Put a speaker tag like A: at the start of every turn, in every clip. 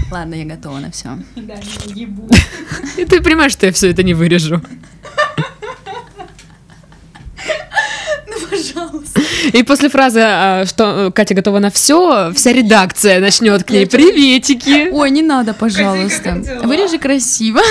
A: Ладно, я готова на все.
B: Да, не ебу.
C: И ты понимаешь, что я все это не вырежу.
A: Ну, пожалуйста.
C: И после фразы, что Катя готова на все, вся редакция начнет к ней приветики.
A: Ой, не надо, пожалуйста.
B: как дела?
A: Вырежи красиво.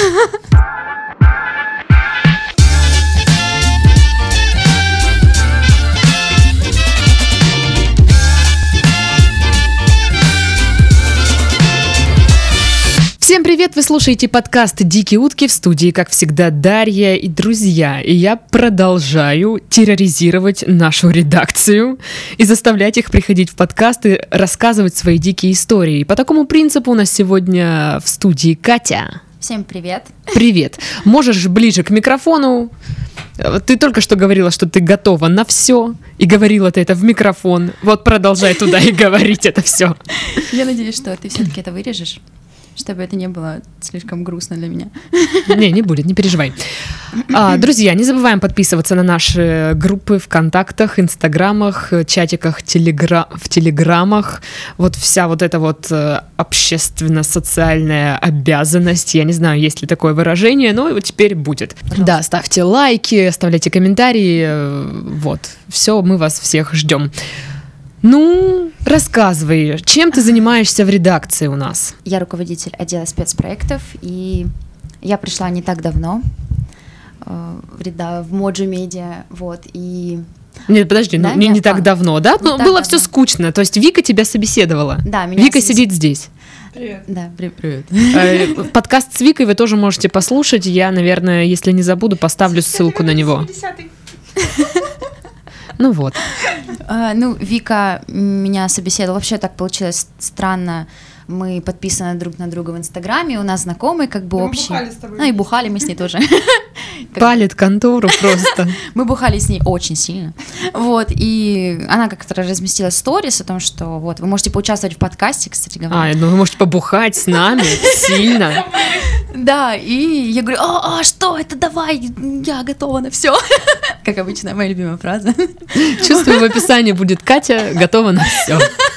C: Всем привет! Вы слушаете подкаст «Дикие утки», в студии, как всегда, Дарья и друзья. И я продолжаю терроризировать нашу редакцию и заставлять их приходить в подкаст и рассказывать свои дикие истории. И по такому принципу у нас сегодня в студии Катя.
A: Всем привет.
C: Привет! Можешь ближе к микрофону? Ты только что говорила, что ты готова на все, и говорила ты это в микрофон. Вот продолжай туда и говорить это все.
A: Я надеюсь, что ты все-таки это вырежешь, чтобы это не было слишком грустно для меня.
C: Не будет, не переживай. Друзья, не забываем подписываться на наши группы в ВКонтактах, Инстаграмах, чатиках, в Телеграмах. Вот вся вот эта вот общественно-социальная обязанность. Я не знаю, есть ли такое выражение, но вот теперь будет.
A: Пожалуйста.
C: Да, ставьте лайки, оставляйте комментарии. Вот, все, мы вас всех ждем. Ну, рассказывай, чем ты занимаешься в редакции у нас?
A: Я руководитель отдела спецпроектов, и я пришла не так давно в Моджи Медиа, вот, и...
C: Нет, подожди,
A: Да,
C: не так давно, да?
A: Не
C: Ну,
A: так
C: было
A: давно.
C: все скучно, то есть Вика тебя собеседовала.
A: Да, меня
C: Вика сидит здесь.
B: Привет.
A: Да, привет.
C: Подкаст с Викой вы тоже можете послушать. Я, наверное, если не забуду, поставлю ссылку на него.
B: 70-й.
C: Ну вот.
A: Ну, Вика меня собеседовала. Вообще так получилось странно. Мы подписаны друг на друга в Инстаграме, у нас знакомые как бы
B: Да мы
A: общие.
B: бухали с тобой
A: Ну и бухали мы с ней тоже.
C: Палит контору просто.
A: Мы бухали с ней очень сильно. Вот, и она как-то разместила сторис о том, что вот, вы можете поучаствовать в подкасте, кстати говоря.
C: Ну вы можете побухать с нами сильно.
A: Да, и я говорю, что это, давай, я готова на все. Как обычно, моя любимая фраза.
C: Чувствую, в описании будет Катя готова на все.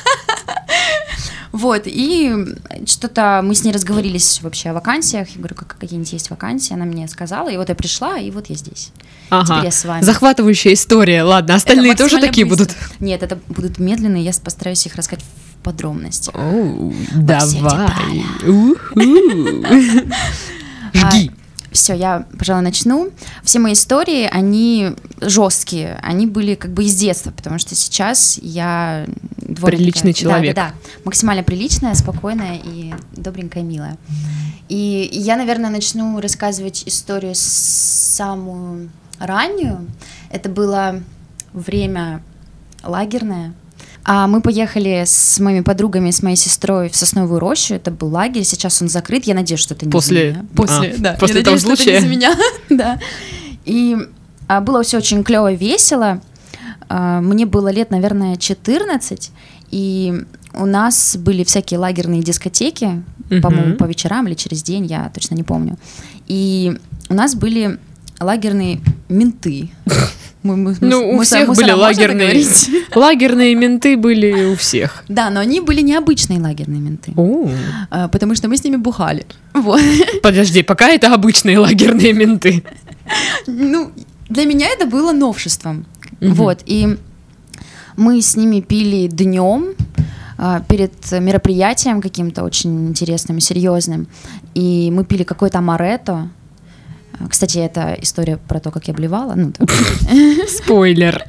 A: Вот, и что-то мы с ней разговорились вообще о вакансиях. Я говорю, какие-нибудь есть вакансии, она мне сказала, и вот я пришла, и вот я здесь. Теперь я с вами.
C: Захватывающая история. Ладно, остальные тоже
A: максимально
C: такие
A: быстро.
C: будут?
A: Нет, это будут медленные, я постараюсь их рассказать в подробностях.
C: Давай. Уху. Жги.
A: Все, я, пожалуй, начну. Все мои истории, они жесткие, они были как бы из детства, потому что сейчас я
C: Приличный человек.
A: Да, максимально приличная, спокойная и добренькая, милая. И я, наверное, начну рассказывать историю самую раннюю. Это было время лагерное. Мы поехали с моими подругами, с моей сестрой в Сосновую рощу. Это был лагерь, сейчас он закрыт. Я надеюсь, что это не за меня.
C: После
A: Я
C: того
A: надеюсь, что это
C: случая?
A: не за меня. Да. И было все очень клево, весело. Мне было лет, наверное, 14, и у нас были всякие лагерные дискотеки, по-моему, по вечерам или через день, я точно не помню. И у нас были лагерные менты.
C: У всех были лагерные менты были у всех.
A: Да, но они были необычные лагерные менты, потому что мы с ними бухали. Вот.
C: Подожди, пока это обычные лагерные менты.
A: Ну, для меня это было новшеством. Вот, и мы с ними пили днем перед мероприятием каким-то очень интересным и серьезным. И мы пили какой-то амаретто. Кстати, это история про то, как я блевала.
C: Спойлер.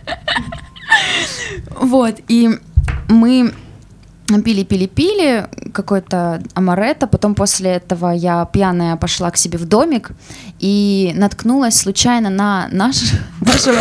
A: Вот, и мы пили какой-то амаретто, потом после этого я пьяная пошла к себе в домик и наткнулась случайно на нашего...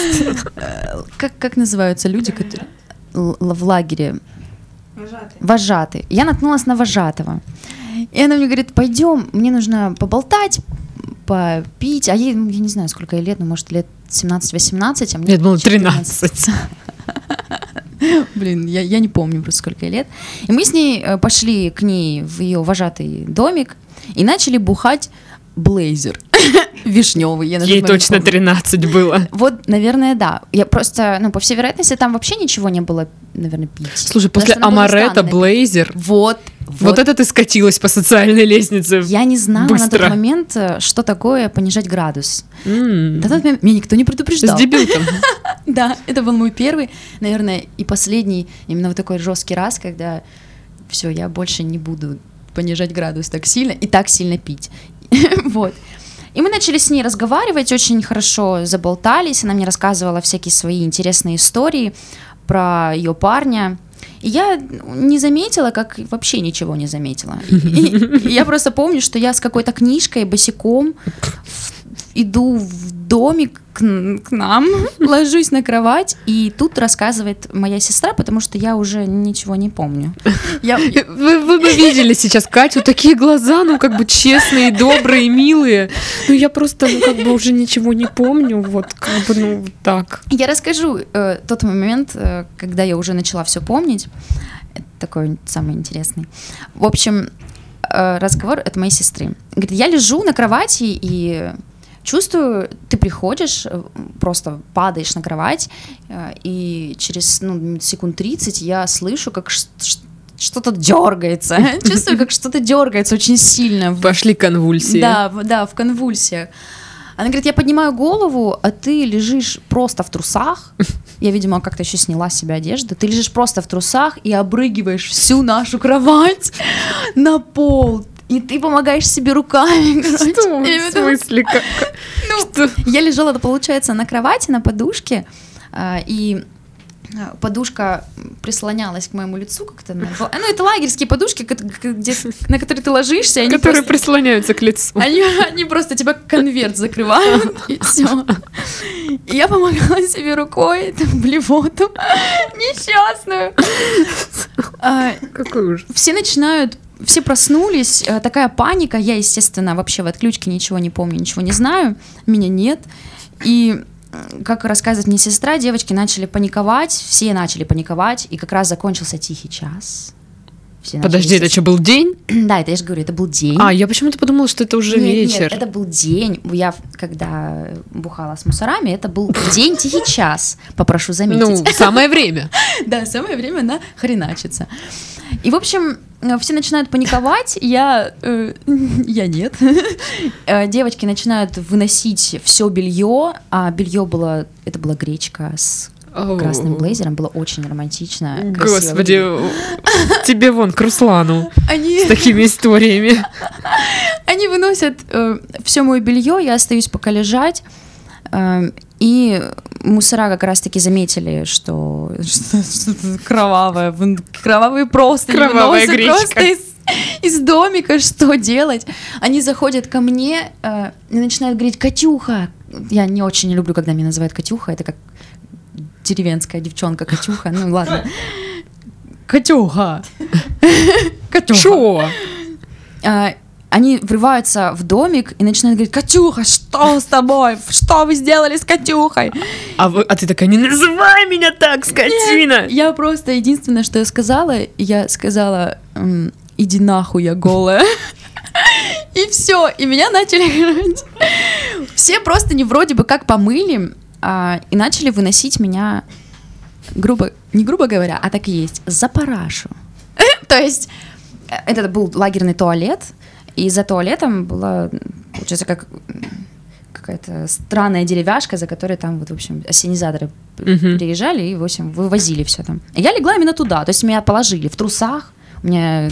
A: Как называются люди, которые в лагере? Вожатый. Я наткнулась на вожатого. И она мне говорит, пойдем, мне нужно поболтать, попить. А ей, я не знаю, сколько ей лет, может, лет 17-18, а мне...
C: Я думала, 13.
A: Блин, я не помню просто, сколько ей лет. И мы с ней пошли к ней в ее вожатый домик и начали бухать блейзер вишневый.
C: Ей точно 13 было.
A: Вот, наверное, да. Я просто, по всей вероятности, там вообще ничего не было, наверное, пить.
C: Слушай, после амаретто блейзер.
A: Вот
C: это ты скатилась по социальной лестнице.
A: Я не знала на тот момент, что такое понижать градус. На тот момент меня никто не предупреждал.
C: С дебютом.
A: Да, это был мой первый, наверное, и последний именно вот такой жесткий раз, когда все, я больше не буду понижать градус так сильно и так сильно пить. Вот. И мы начали с ней разговаривать, очень хорошо заболтались, она мне рассказывала всякие свои интересные истории про ее парня. И я не заметила, как вообще ничего не заметила. И я просто помню, что я с какой-то книжкой босиком иду в домик к нам, ложусь на кровать, и тут рассказывает моя сестра, потому что я уже ничего не помню.
C: Вы бы видели сейчас Катю, такие глаза, как бы честные, добрые, милые. Я просто, уже ничего не помню, вот так.
A: Я расскажу тот момент, когда я уже начала все помнить. Это такой самый интересный. В общем, разговор от моей сестры. Говорит, я лежу на кровати и чувствую, ты приходишь, просто падаешь на кровать, и через секунд 30 я слышу, как что-то дергается. Чувствую, как что-то дергается очень сильно.
C: Пошли конвульсии.
A: Да, в конвульсиях. Она говорит, я поднимаю голову, а ты лежишь просто в трусах. Я, видимо, как-то еще сняла с себя одежду. Ты лежишь просто в трусах и обрыгиваешь всю нашу кровать на пол. И ты помогаешь себе руками.
C: Что? В смысле?
A: Я лежала, получается, на кровати, на подушке, и подушка прислонялась к моему лицу как-то. Это лагерские подушки, на которые ты ложишься.
C: Которые прислоняются к лицу.
A: Они просто тебя конверт закрывают, и все. И я помогала себе рукой, блевоту несчастную.
C: Какой ужас.
A: Все проснулись, такая паника, я, естественно, вообще в отключке ничего не помню, ничего не знаю, меня нет, и, как рассказывает мне сестра, девочки начали паниковать, все начали паниковать, и как раз закончился тихий час.
C: Подожди, это что, был день?
A: Да, это я же говорю, это был день.
C: Я почему-то подумала, что это уже вечер.
A: Нет, это был день. Я, когда бухала с мусорами, это был день, тихий час, попрошу заметить.
C: Самое время.
A: Да, самое время нахреначиться. И, в общем, все начинают паниковать, я нет. Девочки начинают выносить все белье, а белье была гречка с красным блейзером, было очень романтично.
C: Господи, тебе вон к Руслану с такими историями.
A: Они выносят все мое белье, я остаюсь пока лежать. И мусора как раз-таки заметили, что что-то кровавые просто
C: кровавая гречка.
A: Просто из домика, что делать? Они заходят ко мне и начинают говорить: Катюха. Я не очень люблю, когда меня называют Катюха, это как деревенская девчонка Катюха, ладно. Катюха.
C: Чё?
A: Они врываются в домик и начинают говорить: Катюха, что с тобой? Что вы сделали с Катюхой?
C: А ты такая: не называй меня так, скотина!
A: Нет, я просто единственное, что я сказала: иди нахуй, я голая. И все, и меня начали говорить. Все просто вроде бы как помыли, и начали выносить меня, не грубо говоря, а так и есть, за парашу. То есть это был лагерный туалет, и за туалетом была, получается, как какая-то странная деревяшка, за которой там, в общем, ассенизаторы приезжали и, в общем, вывозили все там. И я легла именно туда, то есть меня положили в трусах, у меня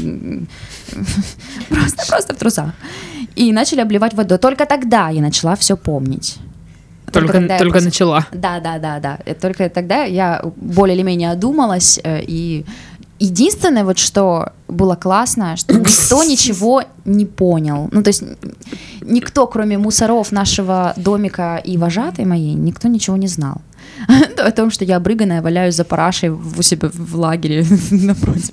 A: просто в трусах, и начали обливать водой. Только тогда я начала все помнить.
C: Только начала.
A: Да. Только тогда я более или менее одумалась, и единственное, что было классно, что никто ничего не понял. То есть никто, кроме мусоров нашего домика и вожатой моей, никто ничего не знал. О том, что я обрыганная валяюсь за парашей у себя в лагере напротив.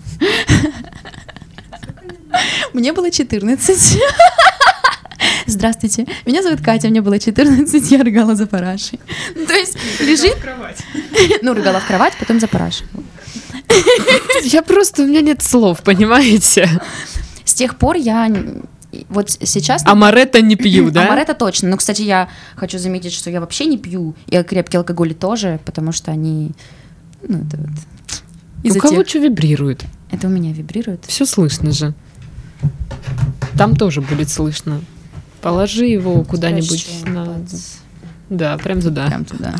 A: Мне было 14. Здравствуйте, меня зовут Катя, мне было 14, я рыгала за парашей. То есть лежит... рыгала в кровать, потом за парашей.
C: У меня нет слов, понимаете?
A: С тех пор я вот сейчас...
C: Амаретто не пью, да?
A: Амаретто точно. Но, кстати, я хочу заметить, что я вообще не пью, и крепкие алкоголи тоже, потому что они... Ну, это вот...
C: У кого что вибрирует?
A: Это у меня вибрирует.
C: Все слышно же. Там тоже будет слышно. Положи его куда-нибудь на... Да, прям туда.
A: Прям туда.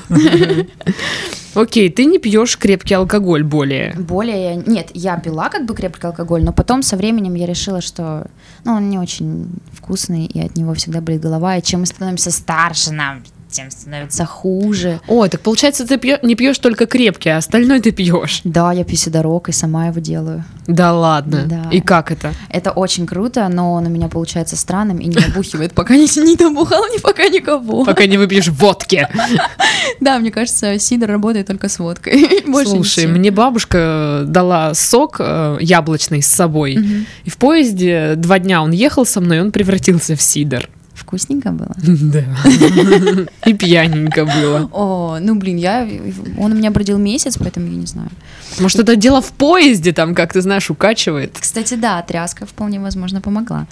C: Окей, ты не пьешь крепкий алкоголь более?
A: Нет, я пила как бы крепкий алкоголь, но потом со временем я решила, что он не очень вкусный, и от него всегда болит голова, и чем мы становимся старше, нам тем становится хуже.
C: Ой, так получается, ты не пьешь только крепкий, а остальное ты пьешь?
A: Да, я пью седорог и сама его делаю.
C: Да ладно?
A: Да.
C: И как это?
A: Это очень круто, но он у меня получается странным и не набухивает, пока не набухал ни пока никого.
C: Пока не выпьешь водки.
A: Да, мне кажется, сидр работает только с водкой.
C: Слушай, мне бабушка дала сок яблочный с собой, и в поезде 2 дня он ехал со мной, и он превратился в сидр.
A: Вкусненько было?
C: Да. И пьяненько было.
A: О, ну блин, он у меня бродил месяц, поэтому я не знаю.
C: Может, это дело в поезде, там, как ты знаешь, укачивает?
A: Кстати, да, тряска вполне возможно помогла.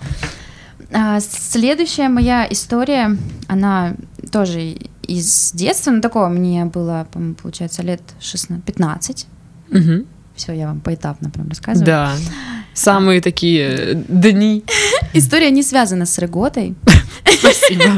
A: Следующая моя история, она тоже из детства, но такого мне было, по-моему, получается, лет 15.
C: Угу.
A: Все, я вам поэтапно прям рассказываю.
C: Да, самые такие дни.
A: История не связана с рыготой.
C: Спасибо.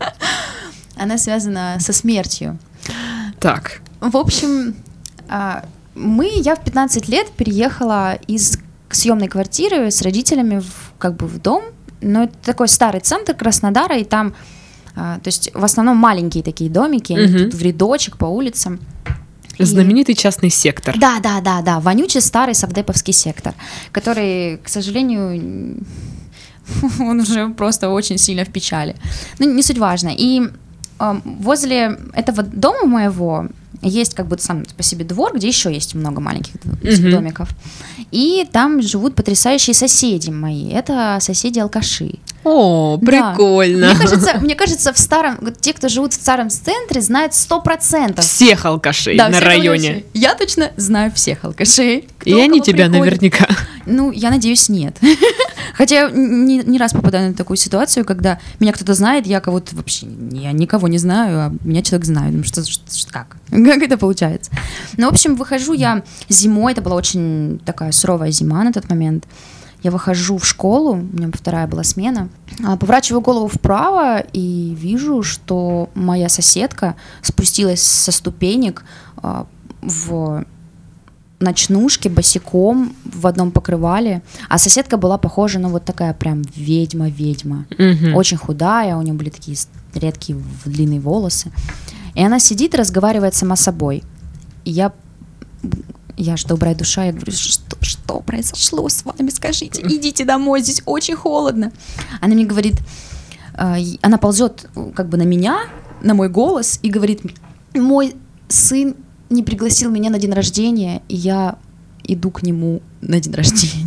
A: Она связана со смертью.
C: Так.
A: В общем, я в 15 лет переехала из съемной квартиры с родителями в дом, но это такой старый центр Краснодара, и там, то есть в основном маленькие такие домики, они тут в рядочек по улицам.
C: Знаменитый частный сектор.
A: Да, вонючий старый совдеповский сектор, который, к сожалению, он уже просто очень сильно в печали. Ну, не суть важно. И возле этого дома моего есть как бы сам по себе двор, где еще есть много маленьких домиков. И там живут потрясающие соседи мои. Это соседи-алкаши.
C: О, прикольно.
A: Да. Мне кажется, те, кто живут в старом центре, знают 100%.
C: Всех алкашей на районе.
A: Алкашей. Я точно знаю всех алкашей.
C: И они тебя наверняка.
A: Ну, я надеюсь, нет. Хотя я не раз попадаю на такую ситуацию, когда меня кто-то знает, я кого-то вообще, я никого не знаю, а меня человек знает. Думаю, как? Как это получается? Ну, в общем, выхожу я зимой, это была очень такая суровая зима на тот момент. Я выхожу в школу, у меня 2-я была смена, поворачиваю голову вправо и вижу, что моя соседка спустилась со ступенек в ночнушке, босиком, в одном покрывале, а соседка была похожа, вот такая прям ведьма, очень худая, у нее были такие редкие длинные волосы, и она сидит и разговаривает сама с собой, и я же добрая душа, я говорю, что произошло с вами, скажите, идите домой, здесь очень холодно. Она мне говорит, она ползет как бы на меня, на мой голос, и говорит, мой сын не пригласил меня на день рождения, и я иду к нему на день рождения.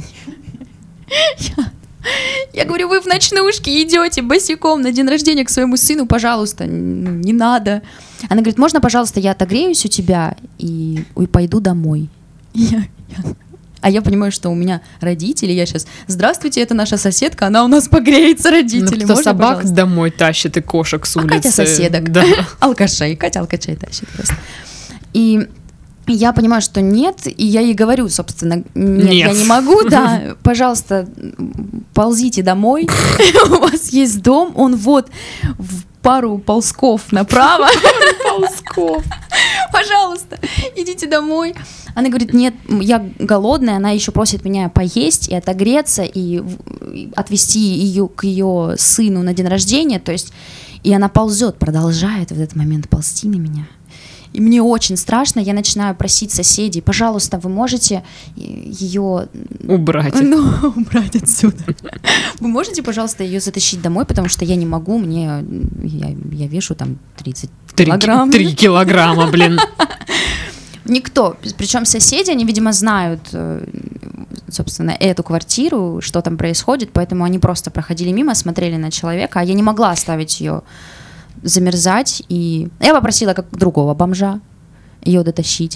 A: Я говорю, вы в ночнушке идете босиком на день рождения к своему сыну, пожалуйста, не надо. Она говорит, можно, пожалуйста, я отогреюсь у тебя и пойду домой. А я понимаю, что у меня родители, я сейчас, здравствуйте, это наша соседка, она у нас погреется, родители.
C: Ну, кто собак пожалуйста? Домой тащит и кошек с улицы.
A: Катя соседок, да. Катя алкашей тащит просто. И я понимаю, что нет, и я ей говорю, собственно, нет. Я не могу, да, пожалуйста, ползите домой, у вас есть дом, он вот в пару ползков направо.
C: Ползков.
A: Пожалуйста, идите домой. Она говорит, нет, я голодная, она еще просит меня поесть и отогреться, и отвезти ее к ее сыну на день рождения, то есть, и она ползет, продолжает в этот момент ползти на меня. И мне очень страшно, я начинаю просить соседей, пожалуйста, вы можете ее...
C: Убрать.
A: Убрать отсюда. Вы можете, пожалуйста, ее затащить домой, потому что я не могу, я вешу там 30 килограмм.
C: 3 килограмма, блин.
A: Никто, причем соседи, они, видимо, знают, собственно, эту квартиру, что там происходит, поэтому они просто проходили мимо, смотрели на человека, а я не могла оставить ее замерзать, и я попросила как другого бомжа ее дотащить.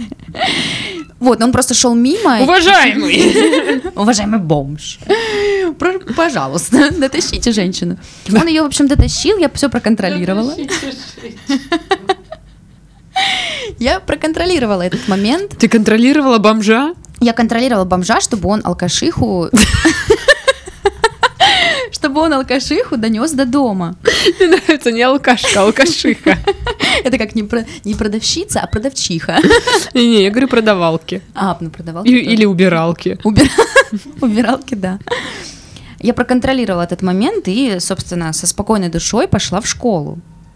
A: Вот, он просто шел мимо.
C: Уважаемый
A: бомж. Пожалуйста, дотащите женщину. Он ее, в общем, дотащил, я все проконтролировала. Я проконтролировала этот момент.
C: Ты контролировала бомжа?
A: Я контролировала бомжа, чтобы он алкашиху донес до дома.
C: Мне нравится не алкашка, а алкашиха.
A: Это как не продавщица, а продавчиха.
C: Не, я говорю продавалки.
A: Продавалки.
C: Или убиралки.
A: Убиралки, да. Я проконтролировала этот момент и, собственно, со спокойной душой пошла в школу.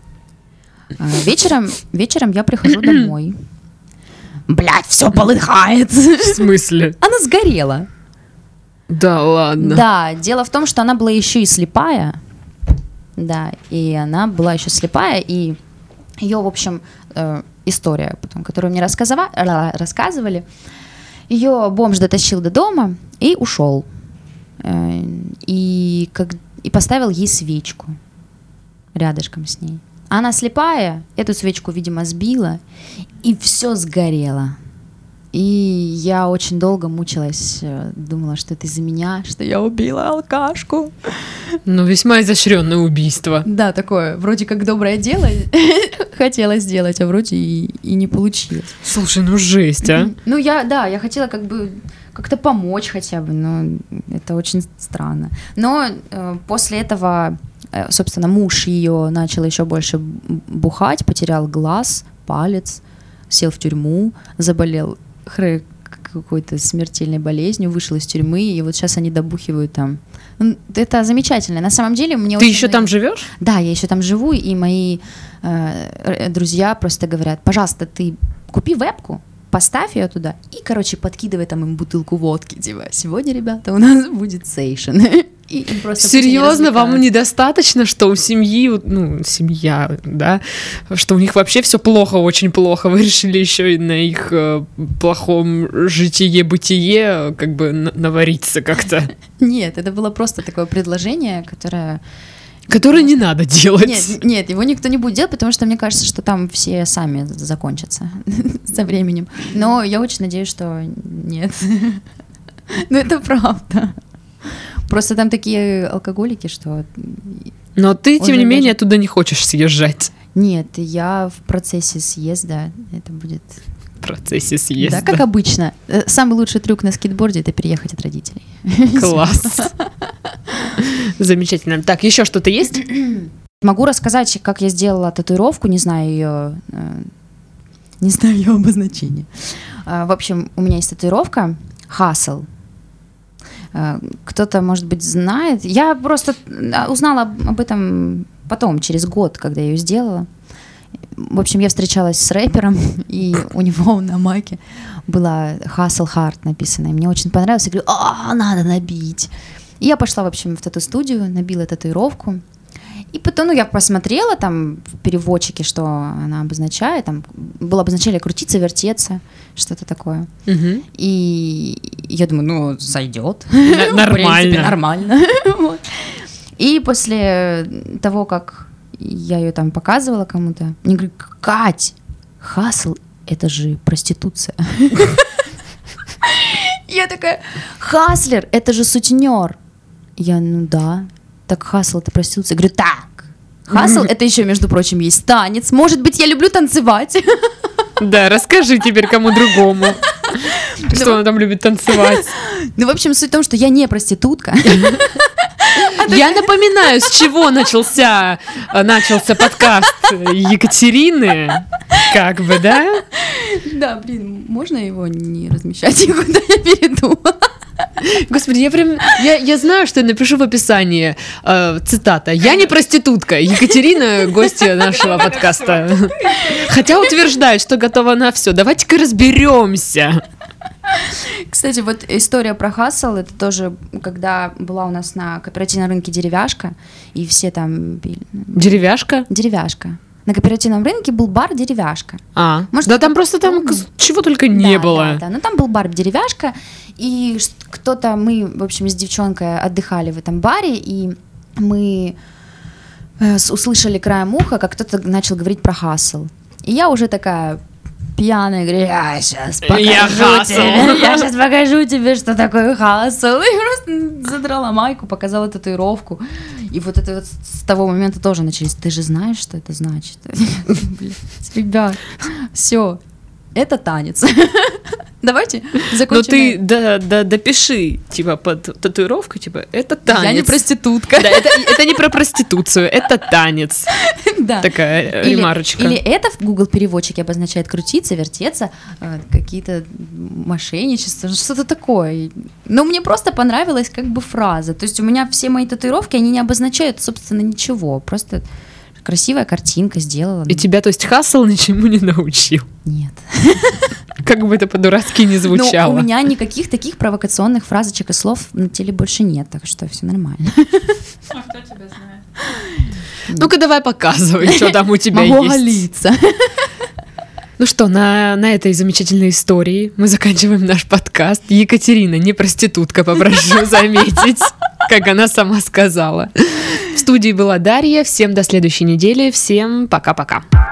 A: Вечером я прихожу домой. Блядь, все полыхает.
C: В смысле?
A: Она сгорела.
C: Да ладно.
A: Да, дело в том, что она была еще и слепая. Да, и она была еще слепая, и ее, в общем, история, потом, которую мне рассказывали, ее бомж дотащил до дома и ушел. И поставил ей свечку рядышком с ней. Она слепая, эту свечку, видимо, сбила, и все сгорело. И я очень долго мучилась, думала, что это из-за меня, что я убила алкашку.
C: Ну, весьма изощренное убийство.
A: Да, такое, вроде как доброе дело хотела сделать, а вроде и не получилось.
C: Слушай, ну жесть, а?
A: Ну, я хотела как-то помочь хотя бы, но это очень странно. Но после этого, собственно, муж ее начал еще больше бухать, потерял глаз, палец, сел в тюрьму, заболел какой-то смертельной болезнью, вышел из тюрьмы, и вот сейчас они добухивают там. Это замечательно. На самом деле мне
C: Ты еще там живешь?
A: Да, я еще там живу, и мои друзья просто говорят: пожалуйста, ты купи вебку, поставь ее туда и, подкидывай там им бутылку водки, типа, сегодня, ребята, у нас будет сейшн.
C: Серьезно, вам недостаточно, что у семьи, семья, да, что у них вообще все плохо, очень плохо, вы решили еще и на их плохом житие-бытие как бы навариться как-то?
A: Нет, это было просто такое предложение,
C: которое не надо делать.
A: Нет, его никто не будет делать, потому что мне кажется, что там все сами закончатся со временем. Но я очень надеюсь, что нет. Ну, это правда. Просто там такие алкоголики, что...
C: Но ты, тем не менее, туда не хочешь съезжать.
A: Нет, я в процессе съезда, это будет...
C: В процессе съезда.
A: Да, как обычно. Самый лучший трюк на скейтборде — это переехать от родителей.
C: Класс. Замечательно. Так, еще что-то есть?
A: Могу рассказать, как я сделала татуировку, не знаю ее обозначения. В общем, у меня есть татуировка «Hustle». Кто-то, может быть, знает. Я просто узнала об этом потом, через год, когда я ее сделала. В общем, я встречалась с рэпером, и у него на майке была «Hustle Hard» написано. И мне очень понравилось. Я говорю: надо набить. И я пошла, в общем, в тату-студию, набила татуировку. И потом, я посмотрела там в переводчике, что она обозначает. Там было обозначение крутиться, вертеться, что-то такое.
C: Угу.
A: И я думаю, зайдет.
C: Нормально.
A: В принципе, нормально. И после того, как я ее там показывала кому-то, мне говорят: Кать, хасл — это же проституция. Я такая: хаслер — это же сутенер. Я: да. Так хасл — это проституция. Я говорю: так, хасл — это еще, между прочим, есть танец. Может быть, я люблю танцевать.
C: Да, расскажи теперь кому другому, что она там любит танцевать.
A: В общем, суть в том, что я не проститутка.
C: Я напоминаю, с чего начался подкаст Екатерины. Как бы, да?
A: Да, можно его не размещать, куда я перейду?
C: Господи, я знаю, что я напишу в описании цитата: «Я не проститутка, Екатерина, гостья нашего подкаста». Хотя утверждает, что готова на все. Давайте-ка разберемся.
A: Кстати, вот история про хасл, это тоже, когда была у нас на кооперативном рынке деревяшка, и все там...
C: Деревяшка?
A: Деревяшка. На кооперативном рынке был бар «Деревяшка».
C: Может, да, там просто чего только не было.
A: Да, но там был бар «Деревяшка», и мы, в общем, с девчонкой отдыхали в этом баре, и мы услышали краем уха, как кто-то начал говорить про хасл. И я уже такая пьяная, говорю, я сейчас
C: хасл.
A: покажу тебе, что такое хасл. И просто задрала майку, показала татуировку. И вот это вот с того момента тоже начались. Ты же знаешь, что это значит? Ребят, все, это танец. Давайте закончим.
C: Но ты допиши, типа, под татуировку, типа, это танец.
A: Я не проститутка.
C: Да, это не про проституцию, это танец.
A: Да.
C: Такая ремарочка.
A: Или это в Google переводчике обозначает крутиться, вертеться, какие-то мошенничества, что-то такое. Но мне просто понравилась как бы фраза. То есть у меня все мои татуировки, они не обозначают, собственно, ничего. Просто красивая картинка сделала.
C: И тебя, то есть, хасл ничему не научил?
A: Нет.
C: Как бы это по-дурацки не звучало.
A: Но у меня никаких таких провокационных фразочек и слов на теле больше нет, так что все нормально.
B: А кто тебя знает?
C: Ну-ка давай показывай, что там у тебя
A: Могу
C: есть.
A: оголиться.
C: Ну что, на этой замечательной истории мы заканчиваем наш подкаст. Екатерина, не проститутка, попрошу заметить, как она сама сказала. В студии была Дарья. Всем до следующей недели. Всем пока-пока.